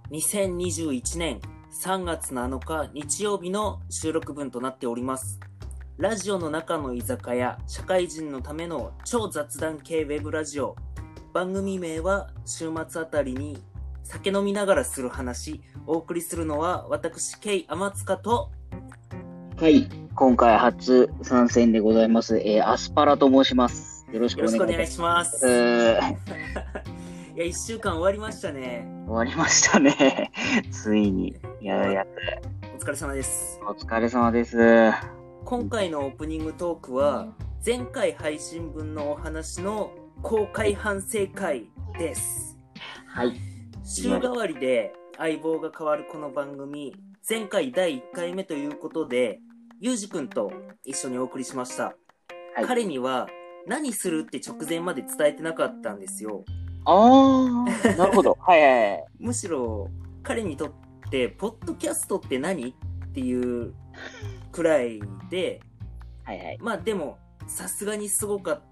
2021年3月7日日曜日の収録分となっております。ラジオの中の居酒屋、社会人のための超雑談系ウェブラジオ。番組名は週末あたりに酒飲みながらする話。お送りするのは私、ケイ・アマツカと、 はい、今回初参戦でございます。アスパラと申します。よろしくお願いします。 いや、1週間終わりましたね。 終わりましたね。ついに。お疲れ様です。 お疲れ様です。 今回のオープニングトークは、前回配信分のお話の公開反省会です。 はい。 週替わりで相棒が変わるこの番組、前回第1回目ということで、ゆうじくんと一緒にお送りしました。はい、彼には何するって直前まで伝えてなかったんですよ。 なるほど。はい。 むしろ彼にとってポッドキャストって何っていうくらいで、まあでもさすがにすごかった。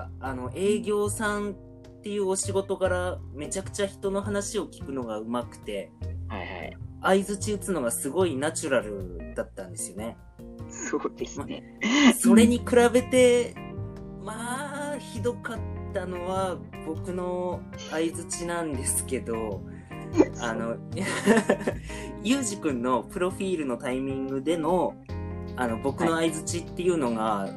営業さんっていうお仕事柄、めちゃくちゃ人の話を聞くのが上手くて、相槌打つのがすごいナチュラルだったんですよね。 そうですね。 それに比べてまあひどかったのは僕の相槌なんですけど、ゆうじくんのプロフィールのタイミングでの僕の相槌っていうのが、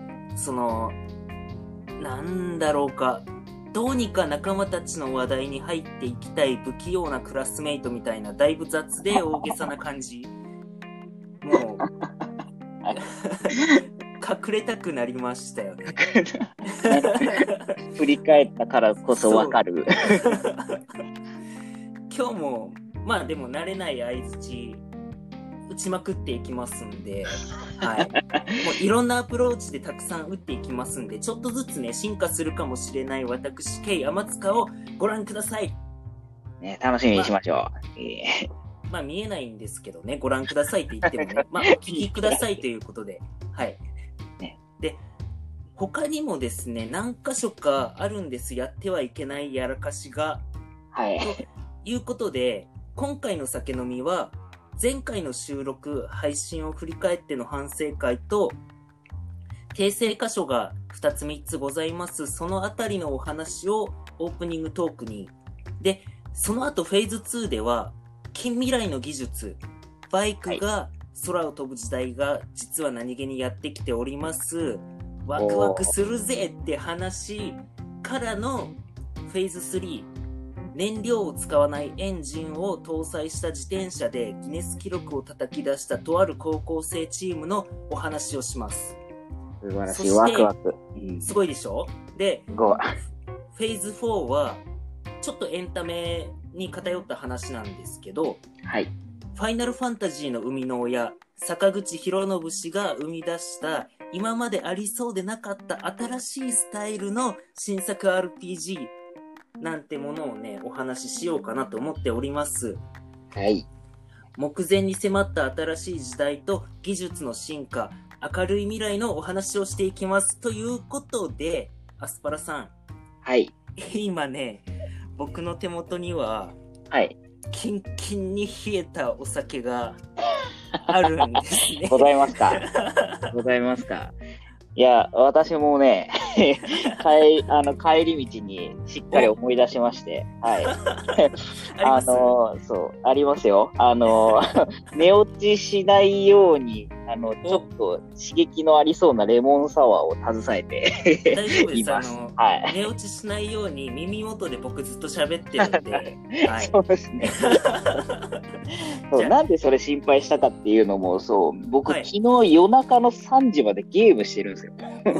なんだろうか、どうにか仲間たちの話題に入っていきたい不器用なクラスメイトみたいな、だいぶ雑で大げさな感じ。もう隠れたくなりましたよね。 振り返ったからこそわかる。 今日もまあでも慣れない相槌打ちまくっていきますんで、もういろんなアプローチでたくさん打っていきますんで、ちょっとずつね進化するかもしれない私、ケイ・アマツカをご覧ください。 ね、楽しみにしましょう。まあ見えないんですけどね、ご覧くださいって言ってもね、まあお聞きくださいということで、で、他にもですね、何箇所かあるんです。やってはいけないやらかしが。ということで、今回の酒飲みは、前回の収録、配信を振り返っての反省会と、訂正箇所が2つ3つございます。そのあたりのお話をオープニングトークに。で、その後フェーズ2では、近未来の技術、バイクが空を飛ぶ時代が実は何気にやってきております。ワクワクするぜって話からのフェーズ3、燃料を使わないエンジンを搭載した自転車でギネス記録を叩き出したとある高校生チームのお話をします。 素晴らしい。ワクワク。 すごいでしょ？で、フェーズ4はちょっとエンタメに偏った話なんですけど、ファイナルファンタジーの生みの親、坂口博信氏が生み出した今までありそうでなかった新しいスタイルの新作 RPG なんてものをね、お話ししようかなと思っております。目前に迫った新しい時代と技術の進化、明るい未来のお話をしていきます。ということで、アスパラさん。今ね、僕の手元には、キンキンに冷えたお酒があるんですね。 ございますか。いや、私もね、帰り道にしっかり思い出しまして、そう、ありますよ。寝落ちしないように、ちょっと刺激のありそうなレモンサワーを携えて大丈夫です。 います。 寝落ちしないように耳元で僕ずっと喋ってるんで。 そうですね。そう、なんでそれ心配したかっていうのも、そう、僕、昨日夜中の3時までゲームしてるんですよ。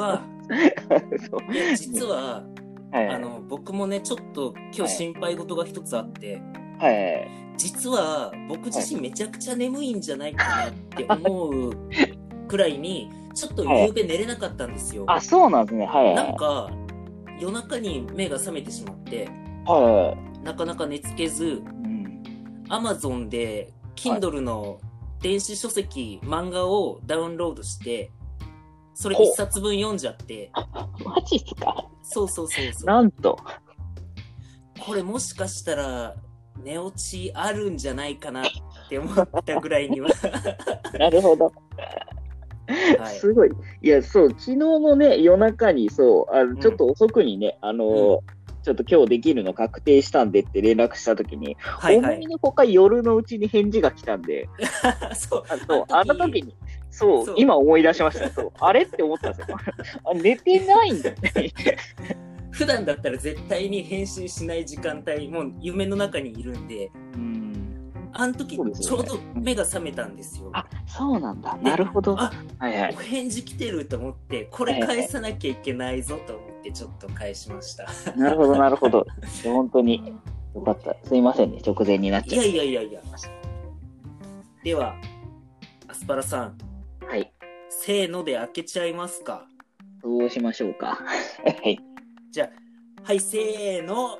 実は、僕もね、ちょっと今日心配事が一つあって、実は僕自身めちゃくちゃ眠いんじゃないかなって思うくらいに、ちょっと夕べ寝れなかったんですよ。 そうなんですね。 なんか、夜中に目が覚めてしまって、なかなか寝つけず、Amazon で Kindle の電子書籍、漫画をダウンロードして、それ一冊分読んじゃって。 マジっすか？ そう。 なんと。 これもしかしたら寝落ちあるんじゃないかなって思ったぐらいにはなるほど。 はい、 すごい。いや、そう、昨日のね、夜中に、そう、ちょっと遅くにね、ちょっと今日できるの確定したんでって連絡したときに、 はいはい思いのほか夜のうちに返事が来たんで、 そうあの時に、そう、今思い出しました。そう、あれって思ったんですよ。寝てないんだって。 普段だったら絶対に返信しない時間帯、もう夢の中にいるんで、あの時ちょうど目が覚めたんですよ。 あ、そうなんだ。なるほど。 あ、 はいはい。 お返事来てると思って、これ返さなきゃいけないぞと思ってちょっと返しました。 なるほど、なるほど。本当によかった。すいませんね、直前になっちゃって。 いや。では、アスパラさん。 はい。 せーので開けちゃいますか。 どうしましょうか。はい。 じゃあ、はい、せーの。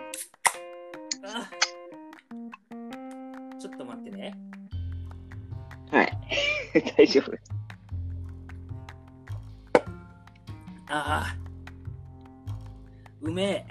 ちょっと待ってね。 はい。大丈夫。 うめえ。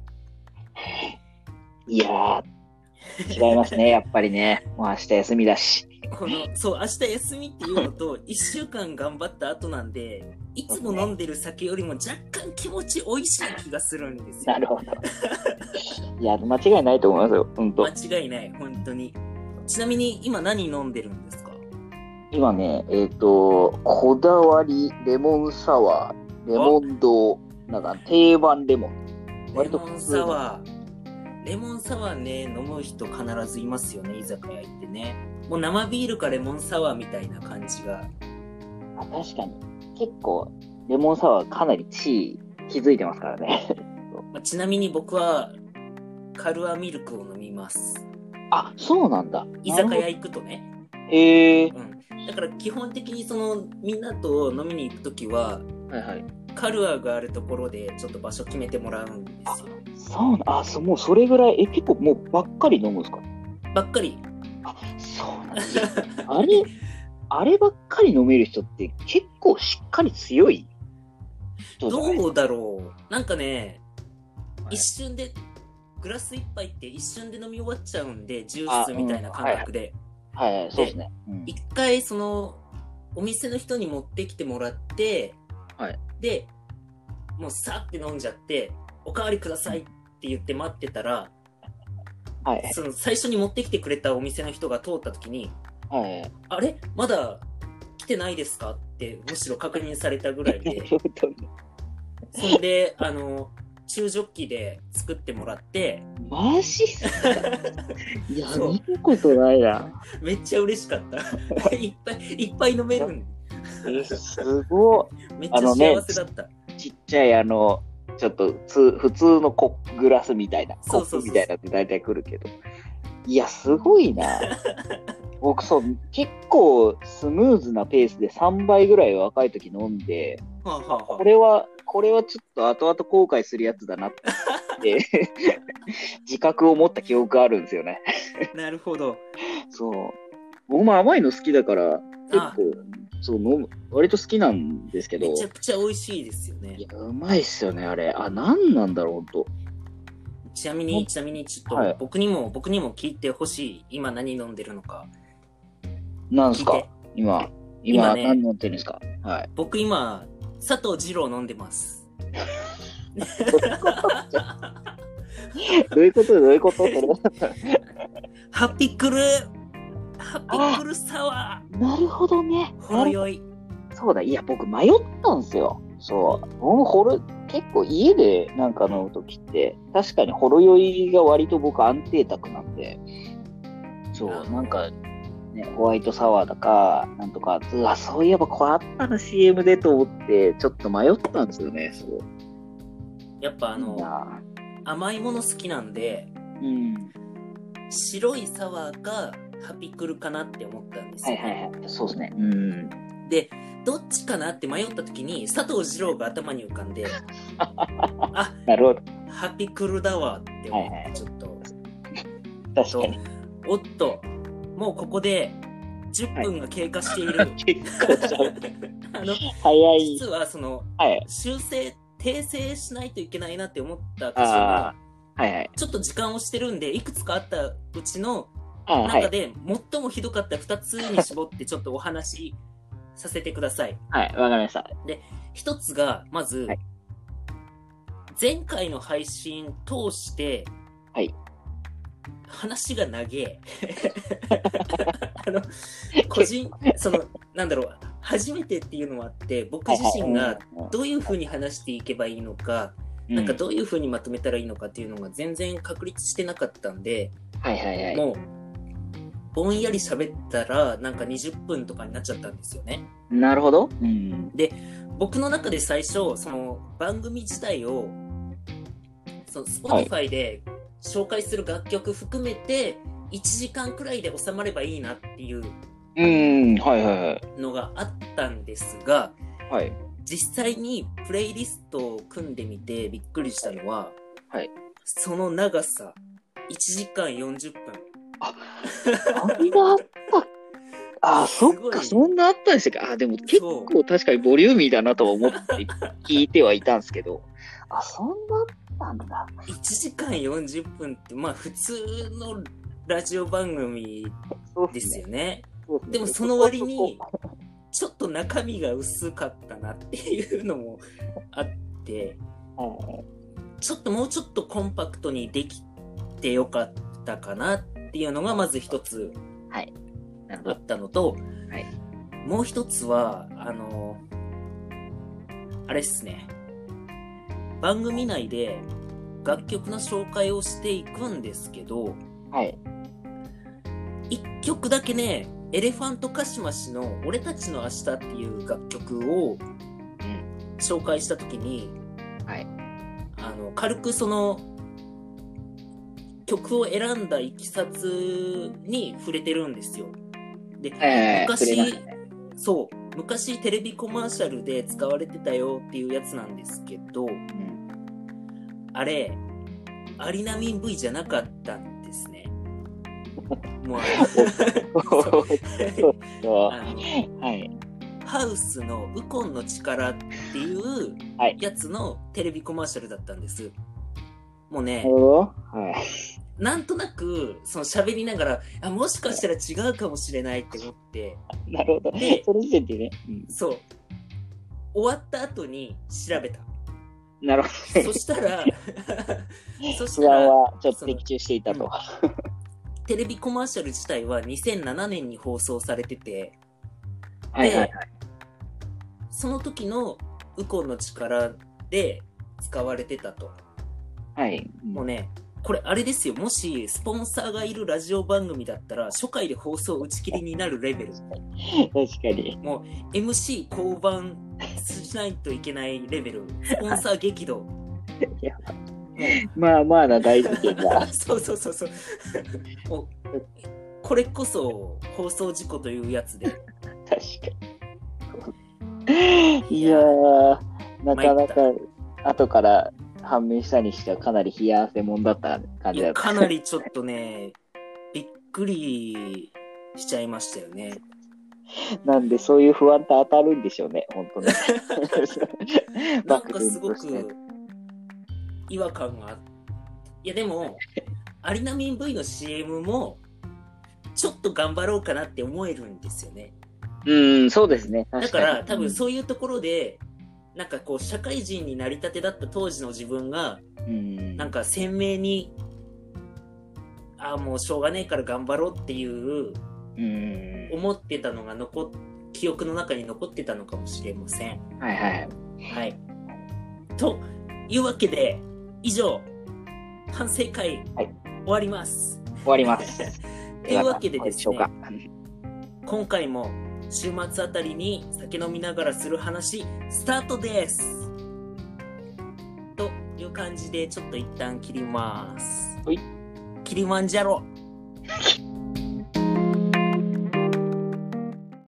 いやー、違いますね、やっぱりね。もう明日休みだし。 そう、明日休みっていうのと、1週間頑張った後なんで、いつも飲んでる酒よりも若干気持ち美味しい気がするんですよ。 なるほど。いや、間違いないと思いますよ、本当。 間違いない、本当に。ちなみに今何飲んでるんですか？ 今ね、こだわりレモンサワー、レモン堂、なんか定番レモン。 レモンサワー。レモンサワーね、飲む人必ずいますよね、居酒屋行ってね。もう生ビールかレモンサワーみたいな感じが。 あ、確かに。結構、レモンサワーかなり地位築いてますからね。 ちなみに僕は、カルアミルクを飲みます。 あ、そうなんだ。 居酒屋行くとね。だから基本的にみんなと飲みに行くときは、 はいはい。 カルアがあるところでちょっと場所決めてもらうんですよ。 もうそれぐらい、結構もうばっかり飲むんですか？ ばっかり。 あ、そうなんだ。あればっかり飲める人って結構しっかり強い人じゃない？ どうだろう。なんかね、一瞬で、グラス一杯って一瞬で飲み終わっちゃうんで、ジュースみたいな感覚で。 はい、そうですね。 一回お店の人に持ってきてもらって、で、もうさって飲んじゃって、おかわりくださいって言って待ってたら、最初に持ってきてくれたお店の人が通った時に、あれまだ来てないですかってむしろ確認されたぐらいで、そんで、中ジョッキで作ってもらって、 マジっすか？いや、見たことないな。 めっちゃ嬉しかった。いっぱい飲めるんすごい。 めっちゃ幸せだった。 ちっちゃいちょっと普通のグラスみたいな、コップみたいなって大体来るけど。いや、すごいな。僕結構スムーズなペースで3杯ぐらい若い時飲んで、これはちょっと後々後悔するやつだなって自覚を持った記憶があるんですよね。 なるほど。 そう。僕も甘いの好きだから結構割と好きなんですけど。 めちゃくちゃ美味しいですよね。 いや、うまいっすよね、あれ。なんなんだろう、ほんと。 ちなみにちょっと僕にも聞いてほしい。今何飲んでるのか。 なんすか？今ね、何飲んでるんですか？はい。 僕今、佐藤二郎飲んでます。 どういうことそれハピクルサワー。 なるほどね。 ほろ酔い。 そうだ、いや、僕迷ったんですよ。そう。僕結構家でなんか飲むときって、確かにほろ酔いが割と僕安定卓なんで、そう、なんか、ね、ホワイトサワーだか、なんとか、そういえばこれあったな CM でと思って、ちょっと迷ったんですよね、そう。 やっぱ甘いもの好きなんで、白いサワーかハピクルかなって思ったんですよ、ね。 そうですね。 で、どっちかなって迷った時に佐藤二郎が頭に浮かんで、 なるほど。 ハピクルだわって思ってちょっと。 確かに。 おっと、もうここで10分が経過している。 早い。 実は訂正しないといけないなって思った箇所はいはい。 ちょっと時間をしてるんで、いくつかあったうちのはい。 中で、最もひどかった2つに絞ってちょっとお話しさせてください。 はい、わかりました。 で、1つが、まず、 はい前回の配信通して、 はい。 話が長え。個人、なんだろう、初めてっていうのもあって、僕自身がどういう風に話していけばいいのか、なんかどういう風にまとめたらいいのかっていうのが全然確立してなかったんで、 はいはいはい。 もう、ぼんやり喋ったら、なんか20分とかになっちゃったんですよね。 なるほど。うん。 で、僕の中で最初、その番組自体を、その Spotify で紹介する楽曲含めて、1時間くらいで収まればいいなっていうはいはいはい。 のがあったんですが、 はい。 実際にプレイリストを組んでみてびっくりしたのは、 はい。 その長さ、1時間40分。 そんなあった。あ、そっか、そんなあったんですか。あ、でも結構確かにボリューミーだなとは思って聞いてはいたんですけど。あ、そんなあったんだ。 1時間40分って、まあ普通のラジオ番組ですよね。でもその割に、ちょっと中身が薄かったなっていうのもあって、ちょっともうちょっとコンパクトにできてよかったかなっていうのがまず一つあったのと、もう一つは、あれっすね。番組内で楽曲の紹介をしていくんですけど、一曲だけね、エレファントカシマシの俺たちの明日っていう楽曲を紹介したときに、軽くその曲を選んだいきさつに触れてるんですよ。で、昔テレビコマーシャルで使われてたよっていうやつなんですけど、あれ、アリナミン V じゃなかったんですね。もうハウスのウコンの力っていうやつのテレビコマーシャルだったんです。もうね、なんとなくその喋りながら、もしかしたら違うかもしれないって思って、 なるほど。で、それ時点でね、 そう、終わった後に調べた。 なるほど。 そしたら不安はちょっと的中していたと。 テレビコマーシャル自体は2007年に放送されてて、その時のウコンの力で使われてたと。もうね、これあれですよ。もしスポンサーがいるラジオ番組だったら初回で放送打ち切りになるレベル。 確かに。 もう MC 降板しないといけないレベル。スポンサー激怒。 まあまあな大事件だ。 そうもうこれこそ放送事故というやつで。 確かに。いやー、なかなか後から判明したにしてはかなり冷や汗もんだった感じだった。 かなりちょっとね、びっくりしちゃいましたよね。 なんでそういう不安って当たるんでしょうね、本当に。 なんかすごく違和感があって。いやでも、アリナミン V の CM もちょっと頑張ろうかなって思えるんですよね。 そうですね。 だから多分そういうところで、なんかこう社会人になりたてだった当時の自分が、なんか鮮明に、もうしょうがねえから頑張ろうっていう、思ってたのが記憶の中に残ってたのかもしれません。というわけで、以上、反省会、終わります。 終わります。 というわけでですね、今回も週末あたりに酒飲みながらする話、スタートです。という感じで、ちょっと一旦切ります。キリマンジャロ。